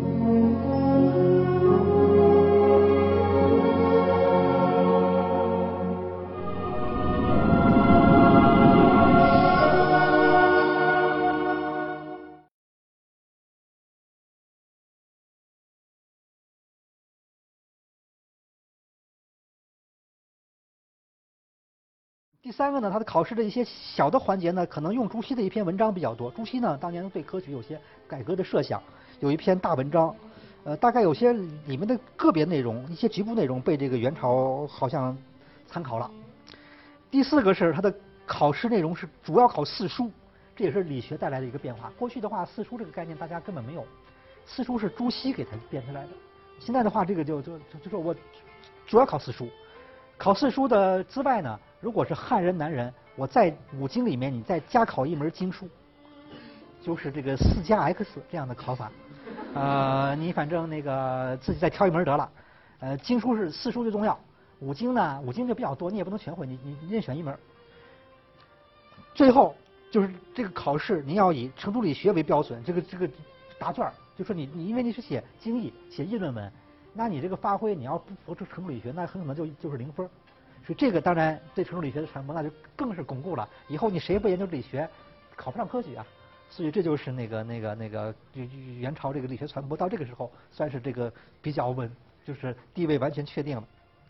第三个呢，它的考试的一些小的环节呢，可能用朱熹的一篇文章比较多。朱熹呢，当年对科举有些改革的设想，有一篇大文章，大概有些里面的个别内容，一些局部内容被这个元朝好像参考了。第四个是它的考试内容是主要考四书，这也是理学带来的一个变化。过去的话，四书这个概念大家根本没有，四书是朱熹给它编出来的。现在的话，这个就说我主要考四书。考四书的之外呢，如果是汉人南人，我在五经里面你再加考一门经书，就是这个4加 X 这样的考法。你反正那个自己再挑一门得了。经书是四书最重要，五经呢，五经就比较多，你也不能全会，你任选一门。最后就是这个考试，你要以程朱理学为标准，这个答卷，就说你因为你是写经义、写议论文。那你这个发挥，你要不符合程朱理学，那很可能就是0分。所以这个当然对程朱理学的传播，那就更是巩固了。以后你谁不研究理学，考不上科举啊。所以这就是那个元朝这个理学传播到这个时候，算是这个比较稳，就是地位完全确定了。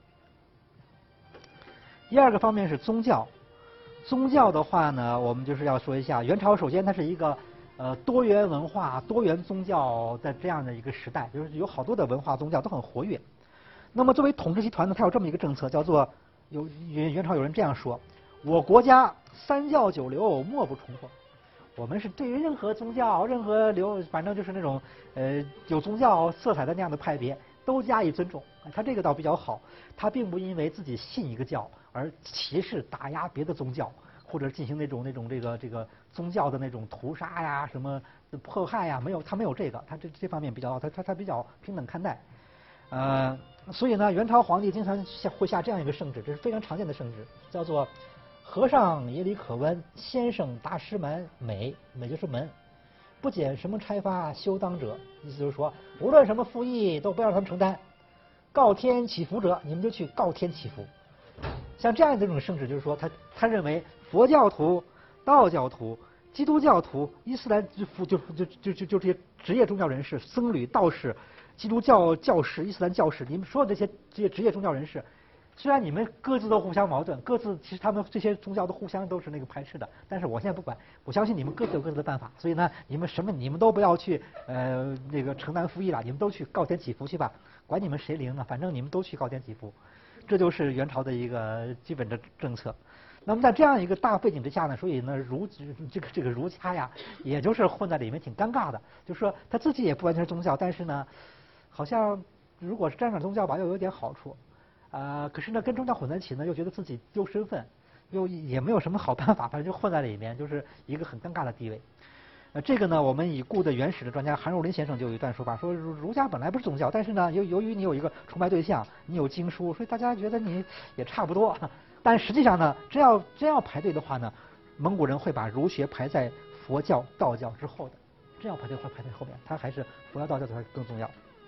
第二个方面是宗教，宗教的话呢，我们就是要说一下，元朝首先它是一个多元文化、多元宗教的这样的一个时代，就是有好多的文化宗教都很活跃。那么作为统治集团呢，它有这么一个政策，叫做元朝有人这样说：我国家3教9流，莫不重奉。我们是对于任何宗教、任何反正就是那种有宗教色彩的那样的派别，都加以尊重。他这个倒比较好，他并不因为自己信一个教而歧视打压别的宗教。或者进行那种这个宗教的那种屠杀呀、什么迫害呀，没有，他没有这个，他这方面比较好，他比较平等看待。所以呢，元朝皇帝经常会下这样一个圣旨，这是非常常见的圣旨，叫做“和尚耶里可温，先生达师门美”，美就是门，不减什么差罚休当者，意思就是说，无论什么赋役都不要让他们承担，告天祈福者，你们就去告天祈福。像这样的这种圣旨，就是说他认为佛教徒、道教徒、基督教徒、伊斯兰就这些职业宗教人士、僧侣、道士、基督教教士、伊斯兰教士，你们所有这些职业宗教人士，虽然你们各自都互相矛盾，其实他们这些宗教都互相都是那个排斥的，但是我现在不管，我相信你们各自有各自的办法，所以呢，你们都不要去那个承担赋役了，你们都去告天祈福去吧，管你们谁灵呢，反正你们都去告天祈福。这就是元朝的一个基本的政策。那么在这样一个大背景之下呢，所以呢，这个儒家呀，也就是混在里面挺尴尬的。就是说他自己也不完全是宗教，但是呢，好像如果是沾染宗教吧，又有点好处。可是呢，跟宗教混在一起呢，又觉得自己丢身份，又也没有什么好办法，反正就混在里面，就是一个很尴尬的地位。这个呢，我们已故的原始的专家韩汝霖先生就有一段说法，说儒家本来不是宗教，但是呢，由于你有一个崇拜对象，你有经书，所以大家觉得你也差不多。但实际上呢，真要排队的话呢，蒙古人会把儒学排在佛教、道教之后的，真要排队会排在后面，它还是佛教、道教才更重要。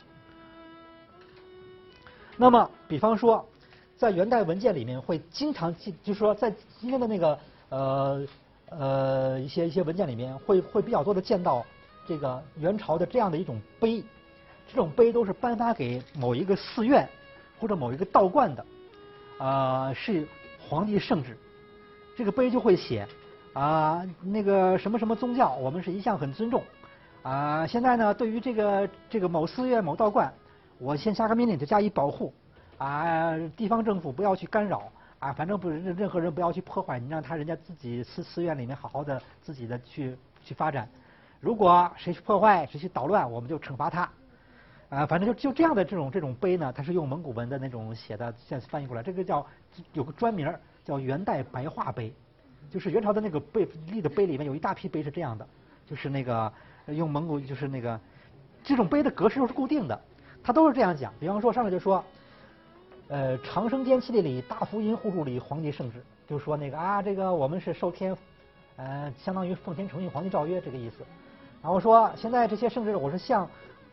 那么，比方说，在元代文件里面会经常就是说在今天的那个一些文件里面会比较多的见到这个元朝的这样的一种碑，这种碑都是颁发给某一个寺院或者某一个道观的，是皇帝圣旨，这个碑就会写那个什么什么宗教，我们是一向很尊重，现在呢对于这个某寺院某道观，我先下个命令就加以保护，地方政府不要去干扰。反正任何人不要去破坏，你让人家自己寺院里面好好的自己的去发展。如果谁去破坏，谁去捣乱，我们就惩罚他。反正就这样的这种碑呢，它是用蒙古文的那种写的，现在翻译过来，这个有个专名叫元代白话碑，就是元朝的那个立的碑里面有一大批碑是这样的，就是那个用蒙古就是那个这种碑的格式都是固定的，它都是这样讲。比方说上面就说。长生殿七里，大福音护助里，皇帝圣旨，就说那个这个我们是受天，相当于奉天承运，皇帝诏曰这个意思。然后说现在这些圣旨，我是向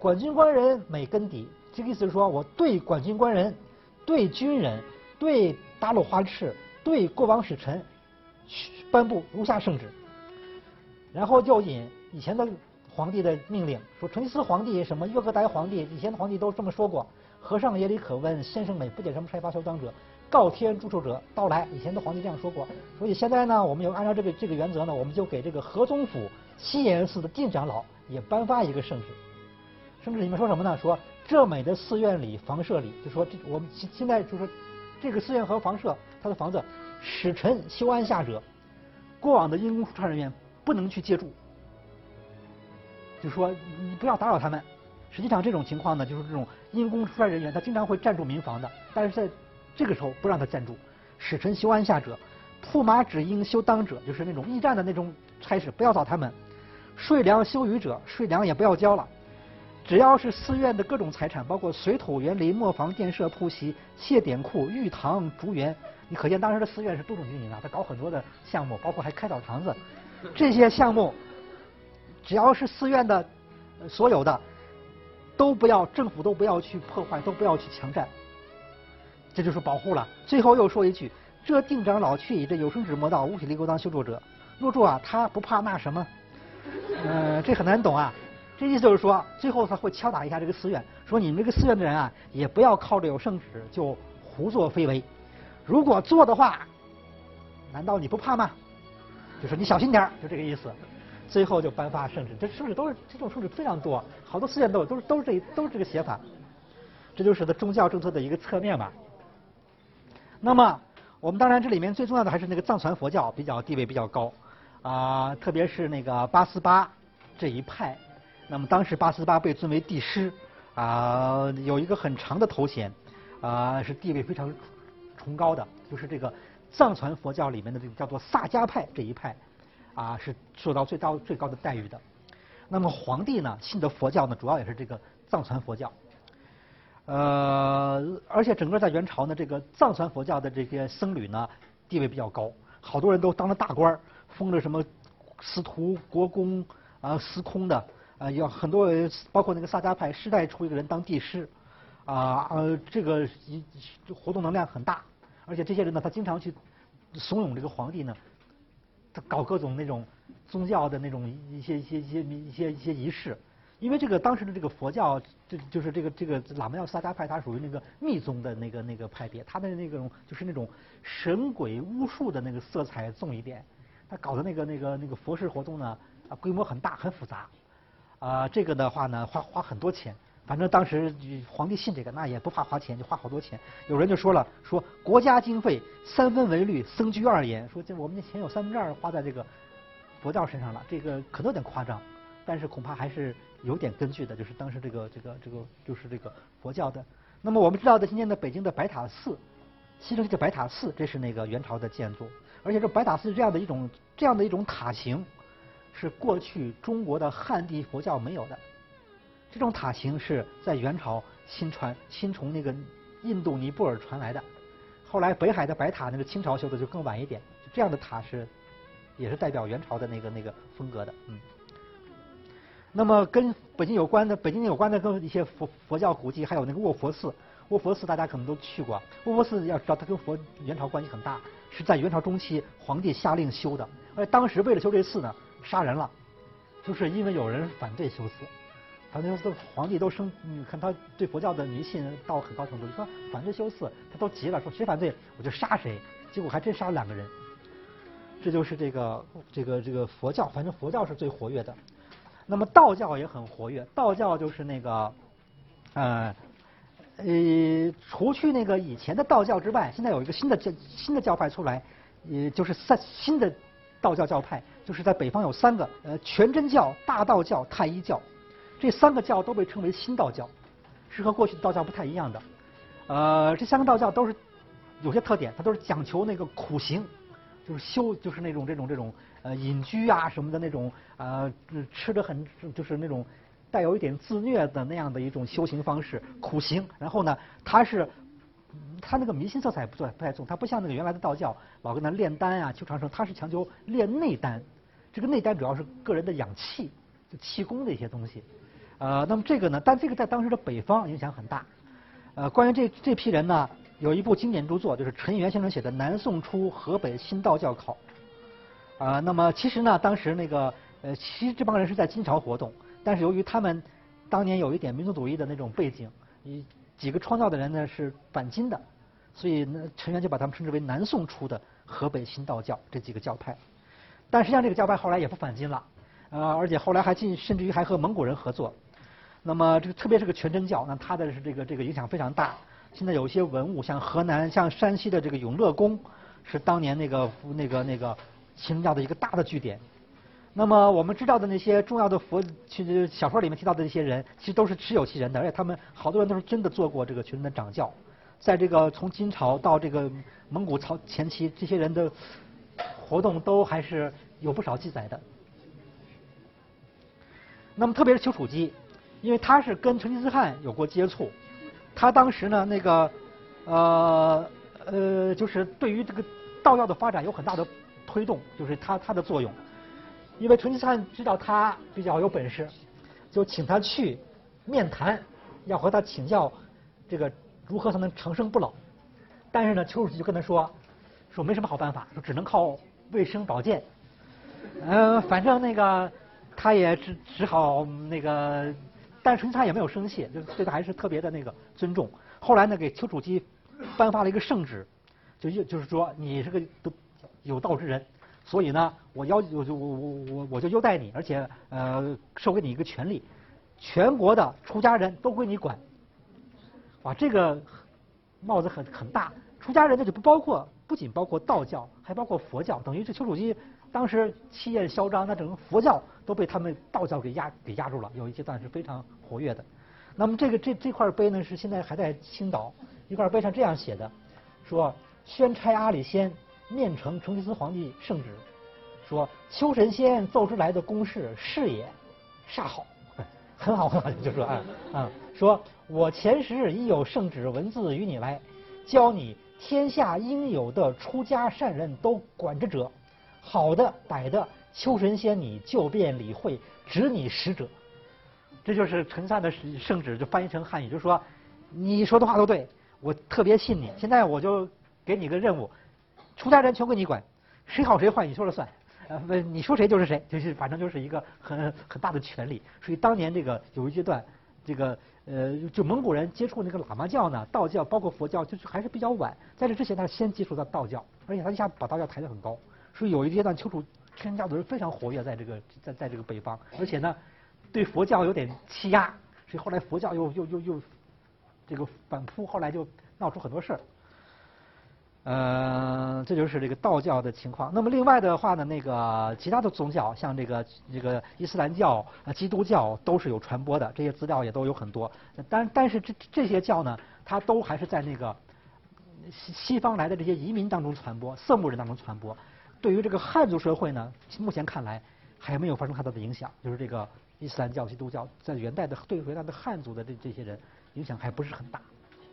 管军官人每根底，这个意思是说我对管军官人、对军人、对大陆花赤、对过往使臣颁布如下圣旨。然后就引以前的皇帝的命令，说成吉思皇帝、什么约格代皇帝，以前的皇帝都这么说过。和尚夜里可问，先生美不解什么差八修当者，告天祝寿者到来。以前的皇帝这样说过，所以现在呢，我们就按照这个原则呢，我们就给这个河东府西岩寺的定长老也颁发一个圣旨。圣旨里面说什么呢？说浙美的寺院里、房舍里，就说我们现在就说这个寺院和房舍，他的房子，使臣修安下者，过往的因公出差人员不能去借住，就说你不要打扰他们。实际上这种情况呢，就是这种因公出差人员，他经常会占住民房的，但是在这个时候不让他占住。使臣修安下者，铺马只应修当者，就是那种驿站的那种差事，不要找他们。税粮修余者，税粮也不要交了。只要是寺院的各种财产，包括水土园林、磨坊、殿舍、铺席、榭典库、玉堂、竹园，你可见当时的寺院是多种经营啊，他搞很多的项目，包括还开澡堂子，这些项目只要是寺院的所有的，都不要政府都不要去破坏，都不要去强占，这就是保护了。最后又说一句：这定长老却以这有生之魔道，无体力勾当修筑者。若住啊，他不怕那什么？这很难懂啊。这意思就是说，最后他会敲打一下这个寺院，说你们这个寺院的人啊，也不要靠着有圣旨就胡作非为。如果做的话，难道你不怕吗？就是你小心点，就这个意思。最后就颁发圣旨，这圣旨都是这种圣旨非常多，好多寺院都有，都是这个写法。这就是它宗教政策的一个侧面吧。那么我们当然这里面最重要的还是那个藏传佛教地位比较高特别是那个八思巴这一派。那么当时八思巴被尊为帝师有一个很长的头衔是地位非常崇高的，就是这个藏传佛教里面的这个叫做萨迦派这一派是受到最高的待遇的。那么皇帝呢信的佛教呢主要也是这个藏传佛教。而且整个在元朝呢，这个藏传佛教的这些僧侣呢地位比较高，好多人都当了大官，封了什么司徒、国公司空的有很多人，包括那个萨迦派世代出一个人当帝师这个活动能量很大。而且这些人呢，他经常去怂恿这个皇帝呢，他搞各种那种宗教的那种一些仪式。因为这个当时的这个佛教，就是这个喇嘛教萨迦派，它属于那个密宗的那个派别，它的那种就是那种神鬼巫术的那个色彩重一点。他搞的那个佛事活动呢规模很大很复杂这个的话呢花很多钱。反正当时皇帝信这个，那也不怕花钱，就花好多钱。有人就说了，说国家经费3分为律，僧居2言，说这我们的钱有2/3花在这个佛教身上了，这个可能有点夸张，但是恐怕还是有点根据的，就是当时这个就是这个佛教的。那么我们知道的今天的北京的白塔寺，西城区的白塔寺，这是那个元朝的建筑，而且这白塔寺这样的一种塔形，是过去中国的汉地佛教没有的。这种塔形是在元朝新从那个印度尼泊尔传来的，后来北海的白塔那个清朝修的就更晚一点。这样的塔也是代表元朝的那个风格的。那么跟北京有关的跟一些佛教古迹，还有那个卧佛寺。卧佛寺大家可能都去过，卧佛寺要知道它跟元朝关系很大，是在元朝中期皇帝下令修的，而且当时为了修这寺呢杀人了，就是因为有人反对修寺。反正皇帝都你看他对佛教的迷信到很高程度，就说反对修寺，他都急了，说谁反对我就杀谁，结果还真杀了2个人。这就是这个佛教，反正佛教是最活跃的。那么道教也很活跃，道教就是那个除去那个以前的道教之外，现在有一个新的教派出来，就是新的道教教派，就是在北方有3个全真教、大道教、太一教。这3个教都被称为新道教，是和过去的道教不太一样的。这3个道教都是有些特点，它都是讲求那个苦行，就是那种这种隐居什么的那种吃得很就是那种带有一点自虐的那样的一种修行方式，苦行。然后呢，它那个迷信色彩不太重，它不像那个原来的道教老跟那炼丹求长生，它是强求炼内丹。这个内丹主要是个人的养气，就气功的一些东西。 那么这个呢，但这个在当时的北方影响很大。关于这批人呢，有一部经典著作，就是陈元先生写的《南宋初河北新道教考》。那么其实呢，当时那个其实这帮人是在金朝活动，但是由于他们当年有一点民族主义的那种背景，几个创教的人呢是反金的，所以呢陈元就把他们称之为南宋初的河北新道教这几个教派。但实际上这个教派后来也不反金了，而且后来甚至于还和蒙古人合作。那么这个特别是个全真教，那它的是这个影响非常大。现在有一些文物，像河南、像山西的这个永乐宫，是当年那个清真教的一个大的据点。那么我们知道的那些重要的小说里面提到的那些人，其实都是实有其人的，而且他们好多人都是真的做过这个全真的掌教。在这个从金朝到这个蒙古朝前期，这些人的活动都还是有不少记载的。那么特别是丘处机，因为他是跟成吉思汗有过接触，他当时呢就是对于这个道教的发展有很大的推动，就是他的作用。因为成吉思汗知道他比较有本事，就请他去面谈，要和他请教这个如何才能长生不老。但是呢，丘处机就跟他说没什么好办法，说只能靠卫生保健。反正那个他也只好那个，但是成吉思汗也没有生气，就对他还是特别的那个尊重。后来呢，给丘处机颁发了一个圣旨，就是说你是个有道之人。所以呢，我就优待你，而且授给你一个权利，全国的出家人都归你管。哇，这个帽子很大。出家人这就不仅包括道教，还包括佛教，等于这丘处机当时气焰嚣张，那整个佛教都被他们道教给压住了，有一阶段是非常活跃的。那么这块碑呢，是现在还在青岛一块碑上这样写的，说宣差阿里仙面呈成吉思皇帝圣旨，说丘神仙奏出来的公事是也，煞好，很好，就说说我前时已有圣旨文字与你来，教你天下应有的出家善人都管着者，好的歹的，丘神仙你就便理会，指你使者。这就是成吉思汗的圣旨，就翻译成汉语，就是说你说的话都对，我特别信你。现在我就给你个任务，出家人全归你管，谁好谁坏你说了算，你说谁就是谁，就是反正就是一个很大的权利。所以当年这个有一阶段，这个就蒙古人接触那个喇嘛教呢，道教包括佛教，就是还是比较晚。在这之前，他先接触到道教，而且他一下把道教抬得很高。所以有一阶段，天真教的人非常活跃在这个北方，而且呢，对佛教有点欺压，所以后来佛教又这个反扑，后来就闹出很多事儿。这就是这个道教的情况。那么另外的话呢，那个其他的宗教，像这个伊斯兰教、基督教都是有传播的，这些资料也都有很多。但是这些教呢，它都还是在那个西方来的这些移民当中传播，色目人当中传播。对于这个汉族社会呢，目前看来还没有发生太大的影响。就是这个伊斯兰教、基督教在对元代的汉族的这些人影响还不是很大。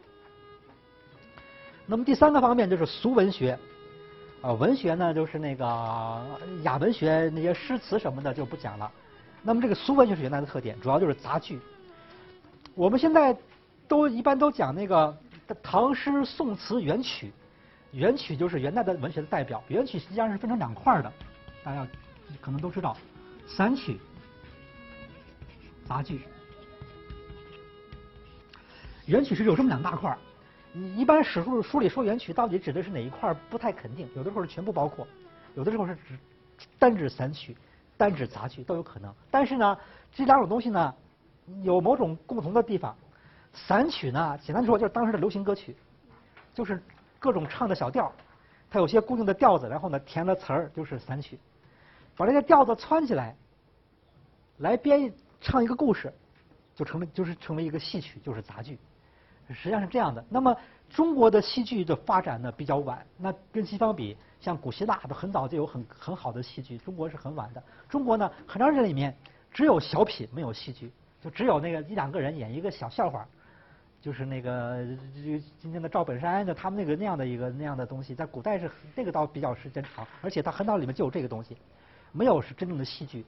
那么第三个方面就是俗文学，文学呢就是那个雅文学那些诗词什么的就不讲了。那么这个俗文学是元代的特点，主要就是杂句。我们现在一般都讲那个唐诗宋词元曲，元曲就是元代的文学的代表。元曲实际上是分成两块的，大家可能都知道，散曲、杂句。元曲是有这么两大块。你一般史书里说元曲到底指的是哪一块不太肯定，有的时候是全部包括，有的时候是单指散曲、单指杂曲都有可能。但是呢，这两种东西呢有某种共同的地方。散曲呢，简单说就是当时的流行歌曲，就是各种唱的小调，它有些固定的调子，然后呢填了词儿，就是散曲。把这些调子串起来，来唱一个故事，就是成为一个戏曲，就是杂剧。实际上是这样的。那么中国的戏剧的发展呢比较晚，那跟西方比，像古希腊的很早就有很好的戏剧，中国是很晚的。中国呢很长时间里面只有小品没有戏剧，就只有那个一两个人演一个小笑话，就是那个今天的赵本山的他们那样的东西，在古代是那个倒比较时间长，而且他很早里面就有这个东西，没有是真正的戏剧。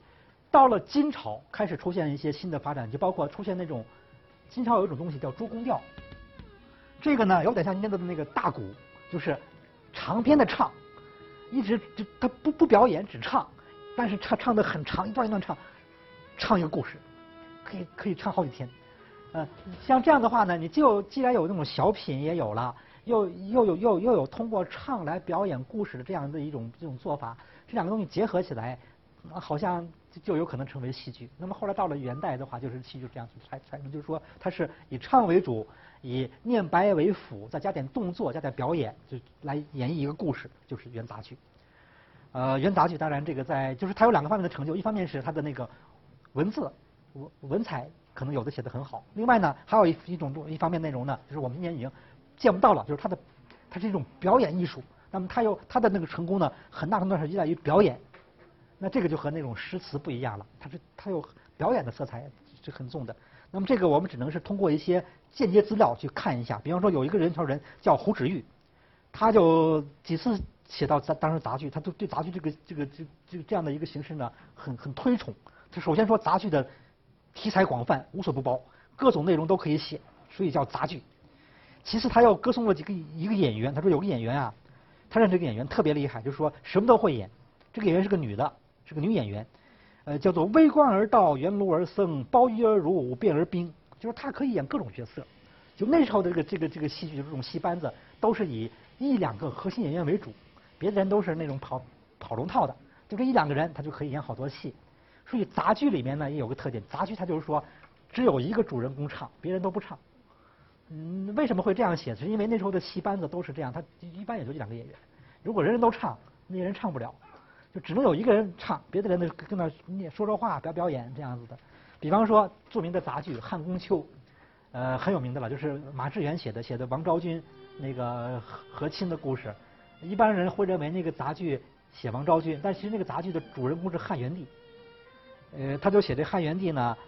到了金朝开始出现一些新的发展，就包括出现那种金朝有一种东西叫诸宫调，这个呢有点像今天的那个大鼓，就是长篇的唱，一直就他不表演只唱，但是唱得很长，一段一段唱一个故事，可以唱好几天。像这样的话呢，你既然有那种小品也有了，又有通过唱来表演故事的这样的这种做法，这两个东西结合起来，好像就有可能成为戏剧。那么后来到了元代的话，就是戏剧这样产生，就是说它是以唱为主，以念白为辅，再加点动作，加点表演，就来演绎一个故事，就是元杂剧。元杂剧当然这个就是它有两个方面的成就，一方面是它的那个文字文采可能有的写得很好，另外呢还有一方面内容呢，就是我们今年已经见不到了，就是它是一种表演艺术。那么它的那个成功呢，很大程度上是依赖于表演。那这个就和那种诗词不一样了，它有表演的色彩是很重的。那么这个我们只能是通过一些间接资料去看一下，比方说有一个元朝人叫胡芷玉，他就几次写到当时杂剧，他都对杂剧这样的一个形式呢很推崇。他首先说杂剧的题材广泛，无所不包，各种内容都可以写，所以叫杂剧。其次他又歌颂了一个演员，他说有个演员啊，他认识这个演员特别厉害，就是说什么都会演。这个演员是个女的，是个女演员，叫做微观而道，圆炉而僧，包衣而儒，变而兵，就是她可以演各种角色。就那时候的这个戏剧，这种戏班子都是以一两个核心演员为主，别的人都是那种跑龙套的，就这一两个人他就可以演好多戏。所以杂剧里面呢也有个特点，杂剧它就是说只有一个主人公唱，别人都不唱。为什么会这样写？是因为那时候的戏班子都是这样，他一般也就一两个演员，如果人人都唱，那些人唱不了。就只能有一个人唱，别的人呢跟那说话表演这样子的。比方说著名的杂剧《汉宫秋》，很有名的了，就是马致远写的王昭君那个和亲的故事。一般人会认为那个杂剧写王昭君，但其实那个杂剧的主人公是汉元帝。他就写这汉元帝呢，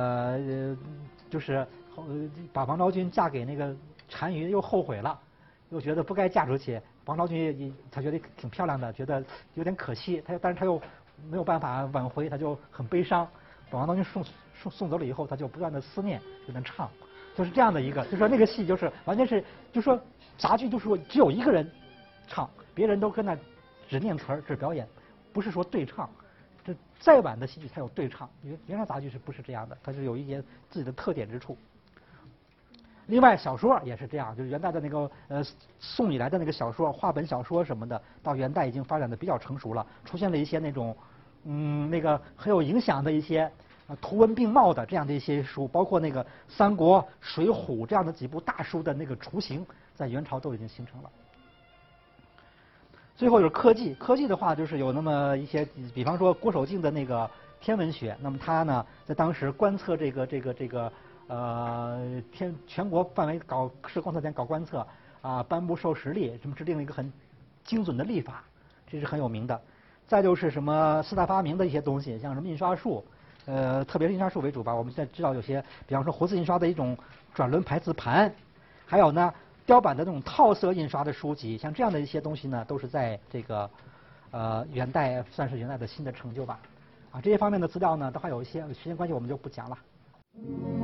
就是把王昭君嫁给那个单于，又后悔了，又觉得不该嫁出去。王昭君他觉得挺漂亮的，觉得有点可惜，但是他又没有办法挽回，他就很悲伤。把王昭君送走了以后，他就不断的思念，就能唱，就是这样的一个，就说那个戏就是完全是，就说杂剧就是说只有一个人唱，别人都跟那只念词儿，只表演，不是说对唱。这再晚的戏剧才有对唱，原来杂剧不是这样的，它是有一些自己的特点之处。另外小说也是这样，就是元代的那个宋以来的那个小说、话本小说什么的，到元代已经发展的比较成熟了，出现了一些那种那个很有影响的一些图文并茂的这样的一些书，包括那个《三国》《水浒》这样的几部大书的那个雏形，在元朝都已经形成了。最后就是科技，科技的话就是有那么一些，比方说郭守敬的那个天文学，那么他呢在当时观测这个全国范围设观测点搞观测啊，颁布授时历，什么制定了一个很精准的历法，这是很有名的。再就是什么四大发明的一些东西，像什么印刷术，特别是印刷术为主吧。我们现在知道有些，比方说活字印刷的一种转轮排字盘，还有呢雕版的那种套色印刷的书籍，像这样的一些东西呢，都是在这个元代算是元代的新的成就吧。啊，这些方面的资料呢，都还有一些时间关系，我们就不讲了。